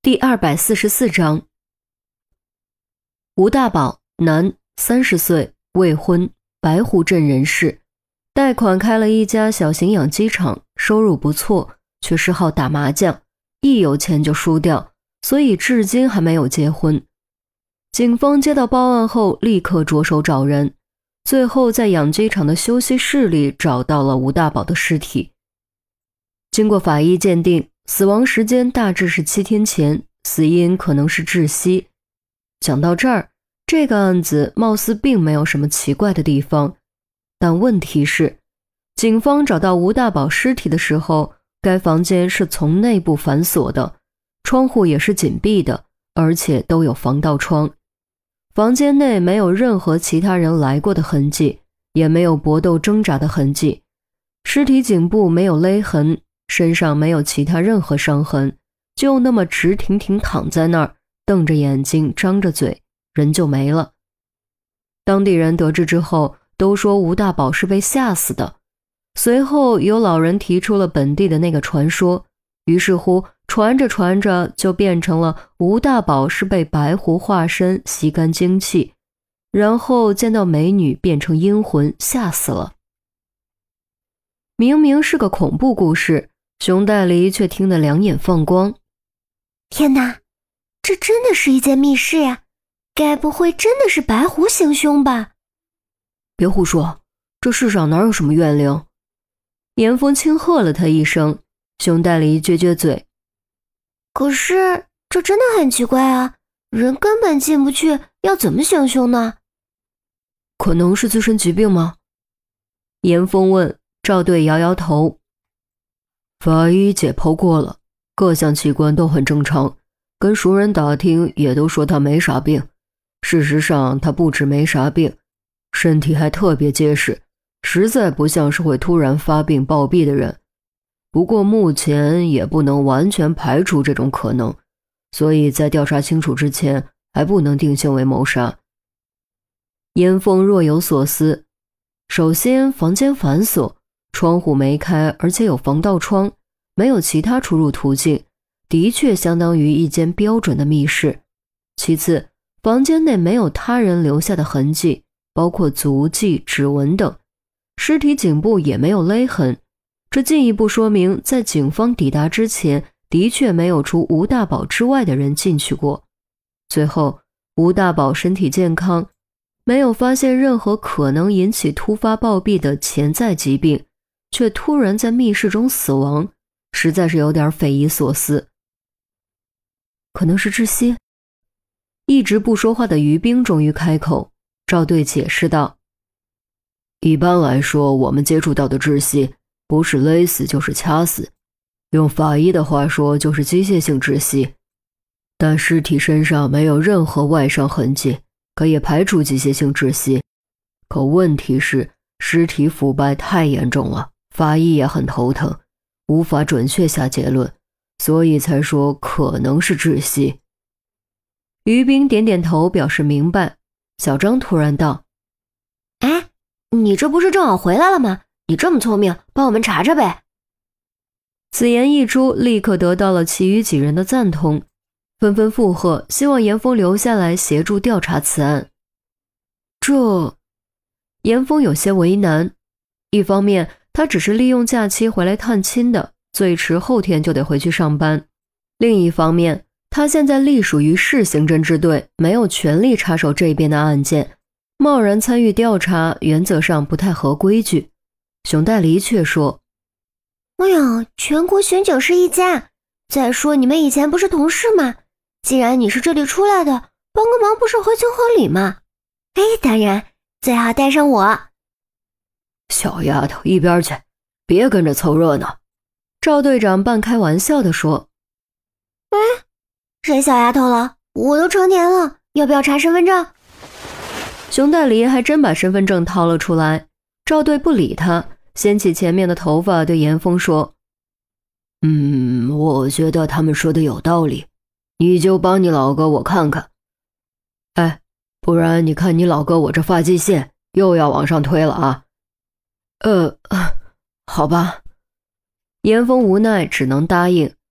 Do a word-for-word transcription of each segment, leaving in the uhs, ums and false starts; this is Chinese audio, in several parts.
第二百四十四章。吴大宝，男，三十岁，未婚，白湖镇人士，贷款开了一家小型养鸡场，收入不错，却嗜好打麻将，一有钱就输掉，所以至今还没有结婚。警方接到报案后立刻着手找人，最后在养鸡场的休息室里找到了吴大宝的尸体。经过法医鉴定，死亡时间大致是七天前，死因可能是窒息。讲到这儿，这个案子貌似并没有什么奇怪的地方，但问题是，警方找到吴大宝尸体的时候，该房间是从内部反锁的，窗户也是紧闭的，而且都有防盗窗。房间内没有任何其他人来过的痕迹，也没有搏斗挣扎的痕迹，尸体颈部没有勒痕，身上没有其他任何伤痕，就那么直挺挺躺在那儿，瞪着眼睛张着嘴，人就没了。当地人得知之后都说吴大宝是被吓死的，随后有老人提出了本地的那个传说，于是乎传着传着就变成了吴大宝是被白狐化身吸干精气，然后见到美女变成阴魂吓死了。明明是个恐怖故事，熊黛离却听得两眼放光。 天哪，这真的是一间密室呀，该不会真的是白狐行凶吧？ 别胡说，这世上哪有什么怨灵？严峰轻喝了他一声，熊黛离撅撅嘴。 可是这真的很奇怪啊，人根本进不去，要怎么行凶呢？ 可能是自身疾病吗？严峰问。赵队摇摇头。法医解剖过了，各项器官都很正常，跟熟人打听也都说他没啥病。事实上他不止没啥病，身体还特别结实，实在不像是会突然发病暴毙的人。不过目前也不能完全排除这种可能，所以在调查清楚之前还不能定性为谋杀。严峰若有所思。首先房间反锁，窗户没开，而且有防盗窗，没有其他出入途径，的确相当于一间标准的密室。其次，房间内没有他人留下的痕迹，包括足迹、指纹等，尸体颈部也没有勒痕，这进一步说明在警方抵达之前，的确没有除吴大宝之外的人进去过。最后，吴大宝身体健康，没有发现任何可能引起突发暴毙的潜在疾病，却突然在密室中死亡，实在是有点匪夷所思。可能是窒息。一直不说话的于冰终于开口，赵队解释道：一般来说，我们接触到的窒息不是勒死就是掐死，用法医的话说就是机械性窒息。但尸体身上没有任何外伤痕迹，可以排除机械性窒息。可问题是，尸体腐败太严重了，法医也很头疼，无法准确下结论，所以才说可能是窒息。于冰点点头表示明白。小张突然道： 哎，你这不是正好回来了吗？你这么聪明，帮我们查查呗。 此言一出，立刻得到了其余几人的赞同，纷纷附和，希望严峰留下来协助调查此案。这严峰有些为难，一方面他只是利用假期回来探亲的，最迟后天就得回去上班；另一方面，他现在隶属于市刑侦支队，没有权利插手这边的案件，贸然参与调查，原则上不太合规矩。熊黛离却说： 哎呀，全国刑警是一家，再说你们以前不是同事吗？既然你是这里出来的，帮个忙不是合情合理吗？哎，当然最好带上我。 小丫头，一边去，别跟着凑热闹。赵队长半开玩笑地说。 哎，谁小丫头了？我都成年了，要不要查身份证？ 熊黛离还真把身份证掏了出来。赵队不理他，掀起前面的头发对严峰说：嗯，我觉得他们说的有道理，你就帮你老哥我看看。哎，不然你看你老哥我这发际线又要往上推了啊。呃，好吧。严峰无奈只能答应。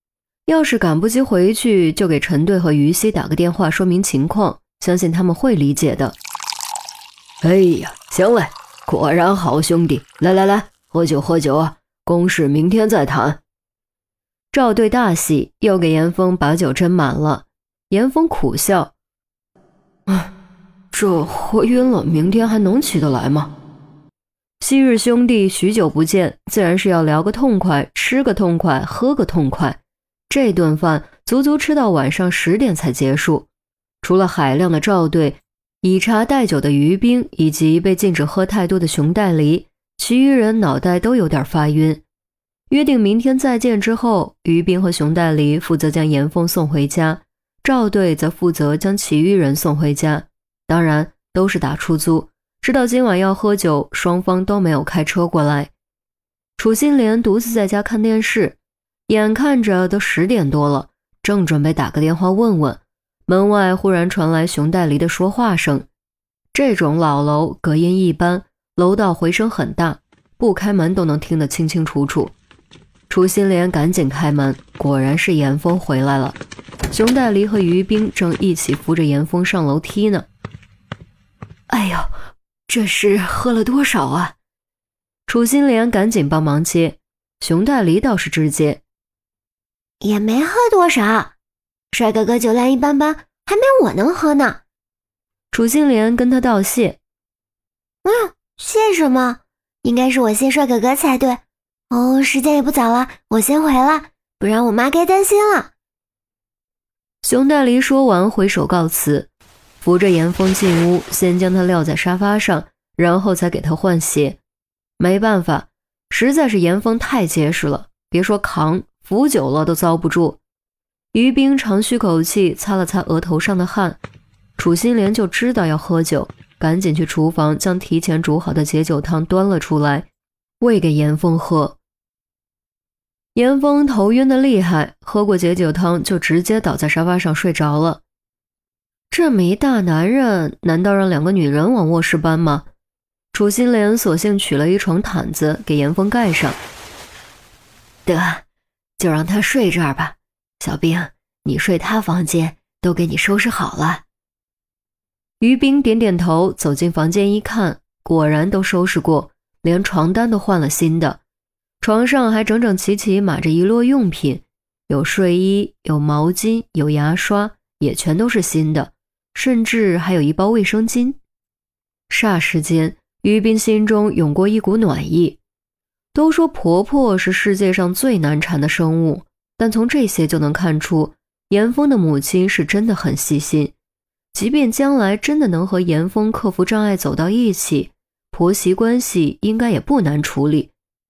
要是赶不及回去，就给陈队和于西打个电话说明情况，相信他们会理解的。哎呀，行嘞，果然好兄弟，来来来，喝酒喝酒啊，公事明天再谈。赵队大喜，又给严峰把酒斟满了。严峰苦笑，唉，这喝晕了，明天还能起得来吗？昔日兄弟许久不见，自然是要聊个痛快，吃个痛快，喝个痛快。这顿饭足足吃到晚上十点才结束。除了海量的赵队，以茶代酒的于冰，以及被禁止喝太多的熊黛梨，其余人脑袋都有点发晕。约定明天再见之后，于冰和熊黛梨负责将严峰送回家，赵队则负责将其余人送回家，当然都是打出租。知道今晚要喝酒，双方都没有开车过来。楚心莲独自在家看电视，眼看着都十点多了，正准备打个电话问问，门外忽然传来熊黛梨的说话声。这种老楼隔音一般，楼道回声很大，不开门都能听得清清楚楚。楚心莲赶紧开门，果然是严峰回来了。熊黛梨和于冰正一起扶着严峰上楼梯呢。哎呦，这是喝了多少啊？楚心莲赶紧帮忙接，熊黛梨倒是直接， 也没喝多少，帅哥哥酒量一般般，还没我能喝呢。 楚心莲跟他道谢。 嗯，谢什么？应该是我谢帅哥哥才对。哦，时间也不早了，我先回了，不然我妈该担心了。 熊黛梨说完挥手告辞，扶着严峰进屋，先将他撂在沙发上，然后才给他换鞋。没办法，实在是严峰太结实了，别说扛，扶久了都遭不住。于冰长吁口气，擦了擦额头上的汗。楚心莲就知道要喝酒，赶紧去厨房将提前煮好的解酒汤端了出来，喂给严峰喝。严峰头晕得厉害，喝过解酒汤就直接倒在沙发上睡着了。这么一大男人，难道让两个女人往卧室搬吗？楚心莲索性取了一床毯子给严峰盖上。得，就让他睡这儿吧。小兵，你睡他房间，都给你收拾好了。于冰点点头，走进房间一看，果然都收拾过，连床单都换了新的。床上还整整齐齐码着一摞用品，有睡衣，有毛巾，有牙刷，也全都是新的，甚至还有一包卫生巾。霎时间，于冰心中涌过一股暖意。都说婆婆是世界上最难缠的生物，但从这些就能看出，严峰的母亲是真的很细心。即便将来真的能和严峰克服障碍走到一起，婆媳关系应该也不难处理。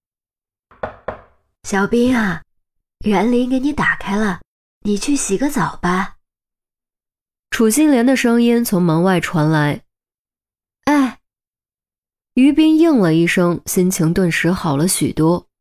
小兵啊，园林给你打开了，你去洗个澡吧。 楚心莲的声音从门外传来。 哎， 于冰应了一声，心情顿时好了许多。